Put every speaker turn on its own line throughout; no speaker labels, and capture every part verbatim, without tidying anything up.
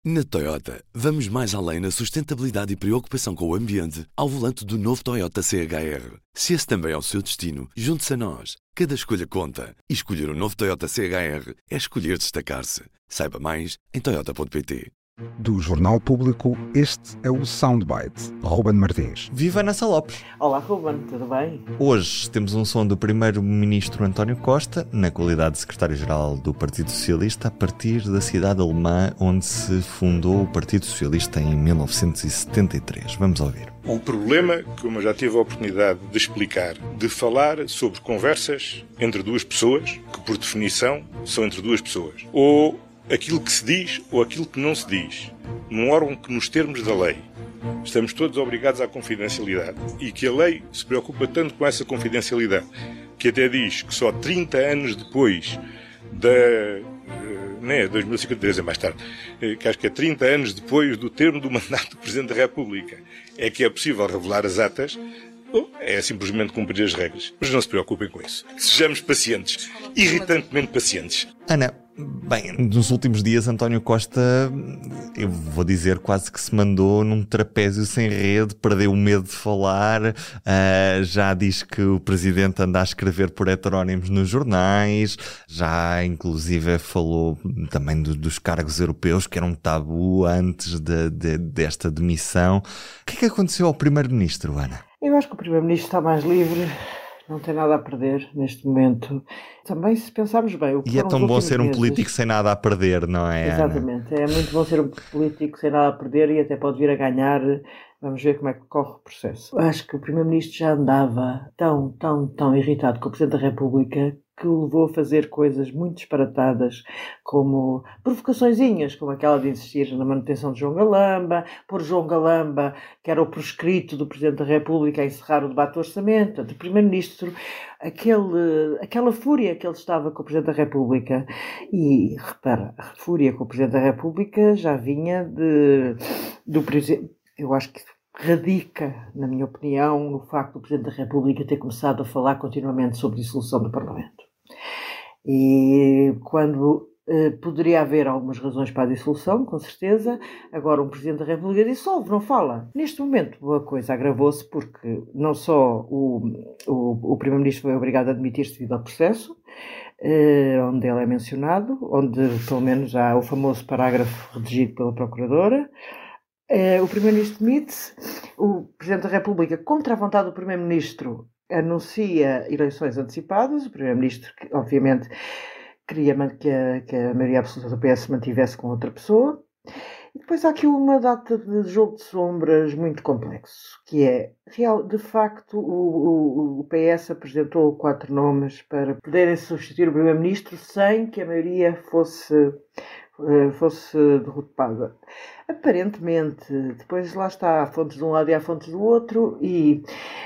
Na Toyota, vamos mais além na sustentabilidade e preocupação com o ambiente ao volante do novo Toyota C H R. Se esse também é o seu destino, junte-se a nós. Cada escolha conta. E escolher o novo Toyota C H R é escolher destacar-se. Saiba mais em toyota ponto pt.
Do Jornal Público, este é o Soundbite. Ruben Martins.
Viva Ana Lopes.
Olá, Ruben, tudo bem?
Hoje temos um som do primeiro-ministro António Costa, na qualidade de secretário-geral do Partido Socialista, a partir da cidade alemã onde se fundou o Partido Socialista em mil novecentos e setenta e três. Vamos ouvir.
O problema, como eu já tive a oportunidade de explicar, de falar sobre conversas entre duas pessoas, que por definição são entre duas pessoas, ou aquilo que se diz ou aquilo que não se diz, num órgão que, nos termos da lei, estamos todos obrigados à confidencialidade e que a lei se preocupa tanto com essa confidencialidade que até diz que só trinta anos depois da... Não é, dois mil e cinquenta e três é mais tarde, que acho que é trinta anos depois do termo do mandato do Presidente da República, é que é possível revelar as atas. É simplesmente cumprir as regras. Mas não se preocupem com isso. Sejamos pacientes. Irritantemente pacientes.
Ana, bem, nos últimos dias António Costa, eu vou dizer, quase que se mandou num trapézio sem rede, perdeu o medo de falar, uh, já diz que o Presidente anda a escrever por heterónimos nos jornais, já inclusive falou também do, dos cargos europeus, que era um tabu antes de, de, desta demissão. O que é que aconteceu ao Primeiro-Ministro, Ana?
Eu acho que o Primeiro-Ministro está mais livre, não tem nada a perder neste momento. Também, se pensarmos bem... O que
e é tão bom ser um
meses,
político sem nada a perder, não é,
exatamente,
Ana?
É muito bom ser um político sem nada a perder e até pode vir a ganhar. Vamos ver como é que corre o processo. Acho que o Primeiro-Ministro já andava tão, tão, tão irritado com o Presidente da República que o levou a fazer coisas muito disparatadas, como provocaçõezinhas, como aquela de insistir na manutenção de João Galamba, por João Galamba, que era o proscrito do Presidente da República, a encerrar o debate do orçamento. Portanto, o Primeiro-Ministro, aquele, aquela fúria que ele estava com o Presidente da República, e repara, a fúria com o Presidente da República já vinha de, do Presidente, eu acho que radica, na minha opinião, no facto do Presidente da República ter começado a falar continuamente sobre dissolução do Parlamento. E quando eh, poderia haver algumas razões para a dissolução, com certeza, agora um Presidente da República dissolve, não fala. Neste momento a coisa agravou-se porque não só o, o, o Primeiro-Ministro foi obrigado a admitir-se devido ao processo, eh, onde ele é mencionado, onde pelo menos há o famoso parágrafo redigido pela Procuradora. Uh, o Primeiro-Ministro demite-se, o Presidente da República, contra a vontade do Primeiro-Ministro, anuncia eleições antecipadas. O Primeiro-Ministro, obviamente, queria que a, que a maioria absoluta do P S se mantivesse com outra pessoa. E depois há aqui uma data de jogo de sombras muito complexo, que é, real, de facto, o, o, o P S apresentou quatro nomes para poderem substituir o Primeiro-Ministro sem que a maioria fosse... fosse derrotada. Aparentemente, depois lá está, há fontes de um lado e há fontes do outro, e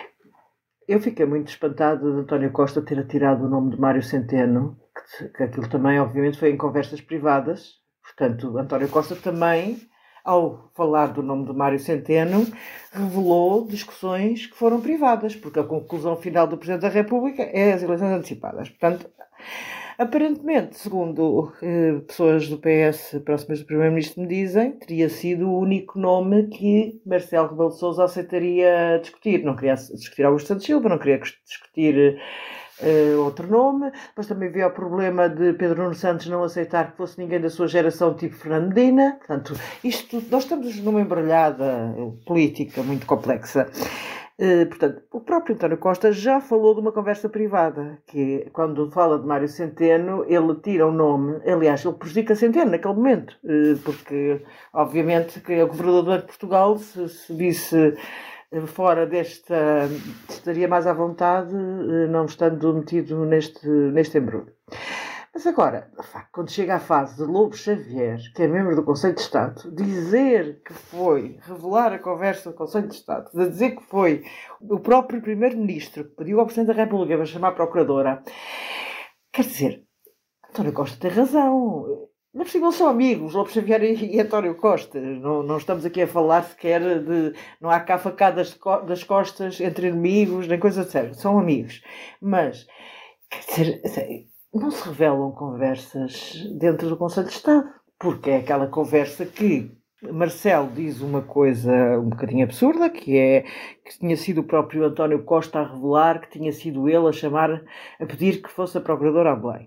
eu fiquei muito espantada de António Costa ter atirado o nome de Mário Centeno, que, que aquilo também, obviamente, foi em conversas privadas. Portanto, António Costa também, ao falar do nome de Mário Centeno, revelou discussões que foram privadas, porque a conclusão final do Presidente da República é as eleições antecipadas. Portanto, aparentemente, segundo eh, pessoas do P S próximas do Primeiro-Ministro me dizem, teria sido o único nome que Marcelo Rebelo de Sousa aceitaria discutir. Não queria discutir Augusto Santos Silva, não queria discutir eh, outro nome. Depois também veio o problema de Pedro Nuno Santos não aceitar que fosse ninguém da sua geração, tipo Fernando Medina. Portanto, isto, nós estamos numa embrulhada política muito complexa. Uh, portanto, o próprio António Costa já falou de uma conversa privada, que quando fala de Mário Centeno, ele tira o nome, aliás, ele prejudica Centeno naquele momento, uh, porque, obviamente, que o governador de Portugal, se, se visse uh, fora desta, estaria mais à vontade, uh, não estando metido neste, neste embrulho. Mas agora, quando chega à fase de Lobo Xavier, que é membro do Conselho de Estado, dizer que foi, revelar a conversa do Conselho de Estado, de dizer que foi o próprio Primeiro-Ministro que pediu ao Presidente da República para chamar a Procuradora, quer dizer, António Costa tem razão. Não é possível, são amigos, Lobo Xavier e, e António Costa. Não, não estamos aqui a falar sequer de... Não há cá facadas das costas entre inimigos, nem coisa de sério. São amigos. Mas, quer dizer... não se revelam conversas dentro do Conselho de Estado. porque é aquela conversa que Marcelo diz uma coisa um bocadinho absurda, que é que tinha sido o próprio António Costa a revelar que tinha sido ele a chamar, a pedir que fosse a procuradora a Belém.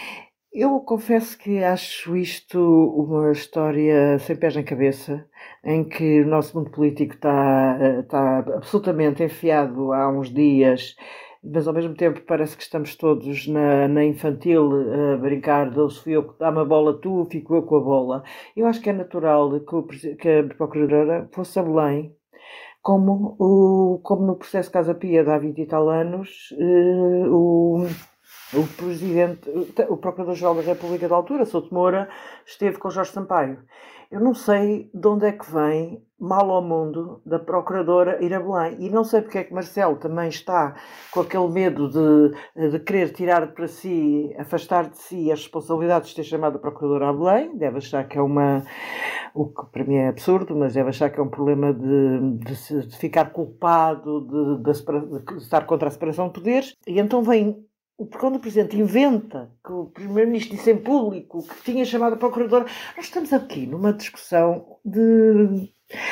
Eu confesso que acho isto uma história sem pés nem cabeça, em que o nosso mundo político está, está absolutamente enfiado há uns dias, mas ao mesmo tempo parece que estamos todos na, na infantil a brincar de se fui eu que dá-me a bola tu, fico eu com a bola. Eu acho que é natural que, o, que a procuradora fosse a Belém, como, o, como no processo Casa Pia de há vinte e tal anos, eh, o... O presidente, o Procurador-Geral da República da altura, Souto Moura, esteve com Jorge Sampaio. Eu não sei de onde é que vem, mal ao mundo, da Procuradora ir a Belém. E não sei porque é que Marcelo também está com aquele medo de, de querer tirar para si, afastar de si as responsabilidades de ter chamado a Procuradora a Belém. Deve achar que é uma... O que para mim é absurdo, mas deve achar que é um problema de, de, de ficar culpado, de, de, de estar contra a separação de poderes. E então vem... Quando o Presidente inventa que o Primeiro-Ministro disse em público que tinha chamado a Procuradora, nós estamos aqui numa discussão de...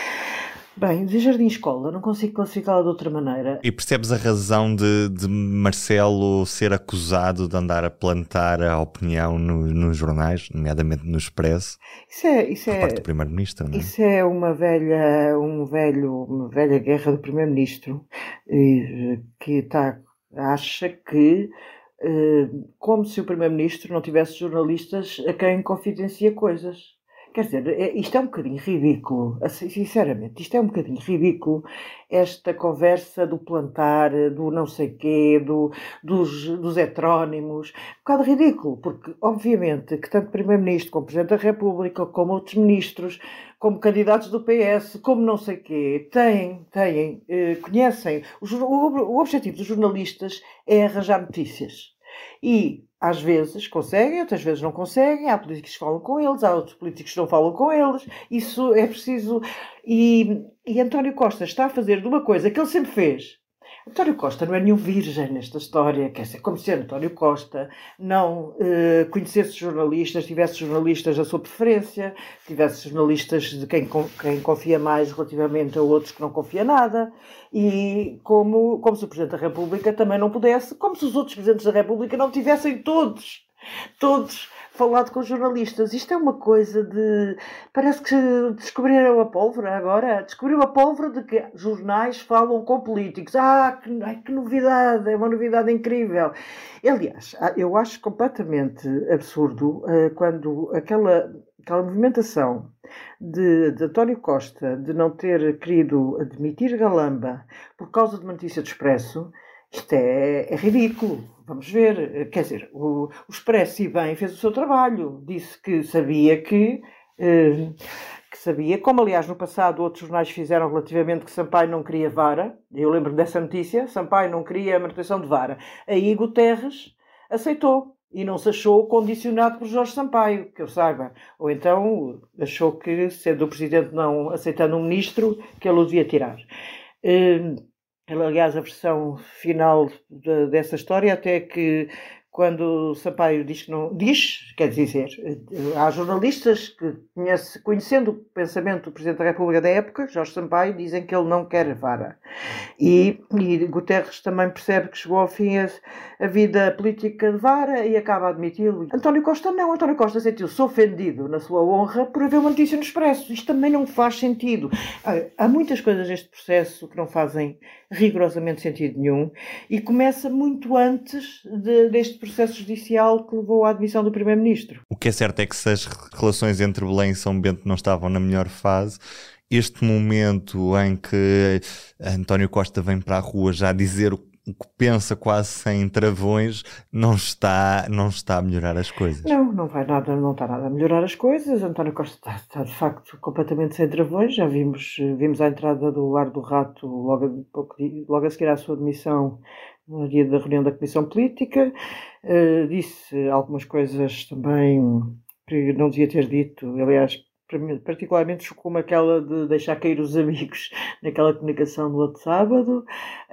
Bem, de jardim-escola, não consigo classificá-la de outra maneira.
E percebes a razão de, de Marcelo ser acusado de andar a plantar a opinião no, nos jornais, nomeadamente no Expresso,
isso é, isso
por
é,
parte do Primeiro-Ministro, não é?
Isso é uma velha, um velho, uma velha guerra do Primeiro-Ministro, que está... acha que, como se o Primeiro-Ministro não tivesse jornalistas a quem confidencia coisas. Quer dizer, isto é um bocadinho ridículo, sinceramente, isto é um bocadinho ridículo, esta conversa do plantar, do não sei quê, do, dos, dos heterónimos, um bocado ridículo, porque obviamente que tanto o Primeiro-Ministro como o Presidente da República, como outros ministros, como candidatos do P S, como não sei quê, têm, têm, eh, conhecem, o, o, o objetivo dos jornalistas é arranjar notícias. E, às vezes, conseguem, outras vezes não conseguem, há políticos que falam com eles, há outros políticos que não falam com eles, isso é preciso... E, e António Costa está a fazer de uma coisa que ele sempre fez. António Costa não é nenhum virgem nesta história, quer dizer, como se António Costa não eh, conhecesse jornalistas, tivesse jornalistas da sua preferência, tivesse jornalistas de quem, quem confia mais relativamente a outros que não confia nada, e como, como se o Presidente da República também não pudesse, como se os outros Presidentes da República não tivessem todos, todos falado com jornalistas. Isto é uma coisa de... Parece que descobriram a pólvora agora. Descobriram a pólvora de que jornais falam com políticos. Ah, que, ai, que novidade! É uma novidade incrível. Aliás, eu acho completamente absurdo uh, quando aquela, aquela movimentação de, de António Costa de não ter querido admitir Galamba por causa de uma notícia do Expresso. Isto é, é ridículo. Vamos ver. Quer dizer, o, o Expresso, e bem, fez o seu trabalho. Disse que sabia que, eh, que sabia, como aliás no passado outros jornais fizeram relativamente que Sampaio não queria vara. Eu lembro dessa notícia. Sampaio não queria a manutenção de vara. Aí Guterres aceitou. E não se achou condicionado por Jorge Sampaio, que eu saiba. Ou então achou que, sendo o Presidente não aceitando um ministro, que ele o devia tirar. Eh, Aliás, a versão final de, dessa história até que quando Sampaio diz que não... Diz, quer dizer, há jornalistas que, conhece, conhecendo o pensamento do Presidente da República da época, Jorge Sampaio, dizem que ele não quer vara. E, e Guterres também percebe que chegou ao fim a, a vida política de vara e acaba a admiti-lo. António Costa não. António Costa sentiu-se ofendido na sua honra por haver uma notícia no Expresso. Isto também não faz sentido. Há, há muitas coisas neste processo que não fazem rigorosamente sentido nenhum e começa muito antes de, deste processo judicial que levou à admissão do Primeiro-Ministro.
O que é certo é que se as relações entre Belém e São Bento não estavam na melhor fase, este momento em que António Costa vem para a rua já dizer o que pensa quase sem travões, não está, não está a melhorar as coisas.
Não, não vai nada, não está nada a melhorar as coisas. António Costa está, está de facto completamente sem travões. Já vimos, vimos a entrada do Lar do Rato logo, logo a seguir à sua admissão no dia da reunião da Comissão Política. Uh, disse algumas coisas também que não devia ter dito. Aliás, particularmente chocou-me aquela de deixar cair os amigos naquela comunicação do outro sábado.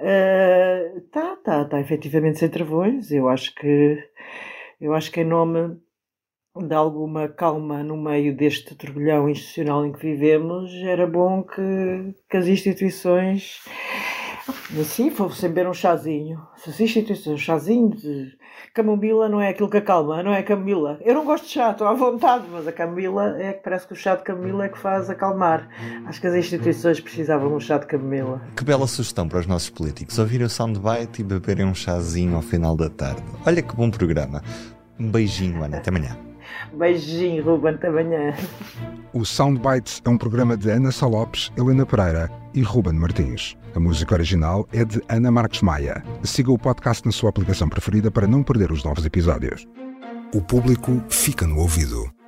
Está, uh, está, está efetivamente sem travões. Eu acho que, eu acho que em nome de alguma calma no meio deste turbilhão institucional em que vivemos, era bom que, que as instituições, assim, fossem beber um chazinho. Se as instituições, um chazinho de camomila não é aquilo que acalma, não é a camomila. Eu não gosto de chá, estou à vontade, mas a camomila é que parece que o chá de camomila é que faz acalmar. Acho que as instituições precisavam de um chá de camomila.
Que bela sugestão para os nossos políticos, ouvirem o Soundbite e beberem um chazinho ao final da tarde. Olha que bom programa. Um beijinho, Ana, até amanhã.
Beijinho, Ruben, até amanhã.
O Soundbites é um programa de Ana Sá Lopes, Helena Pereira e Ruben Martins. A música original é de Ana Marques Maia. Siga o podcast na sua aplicação preferida para não perder os novos episódios. O público fica no ouvido.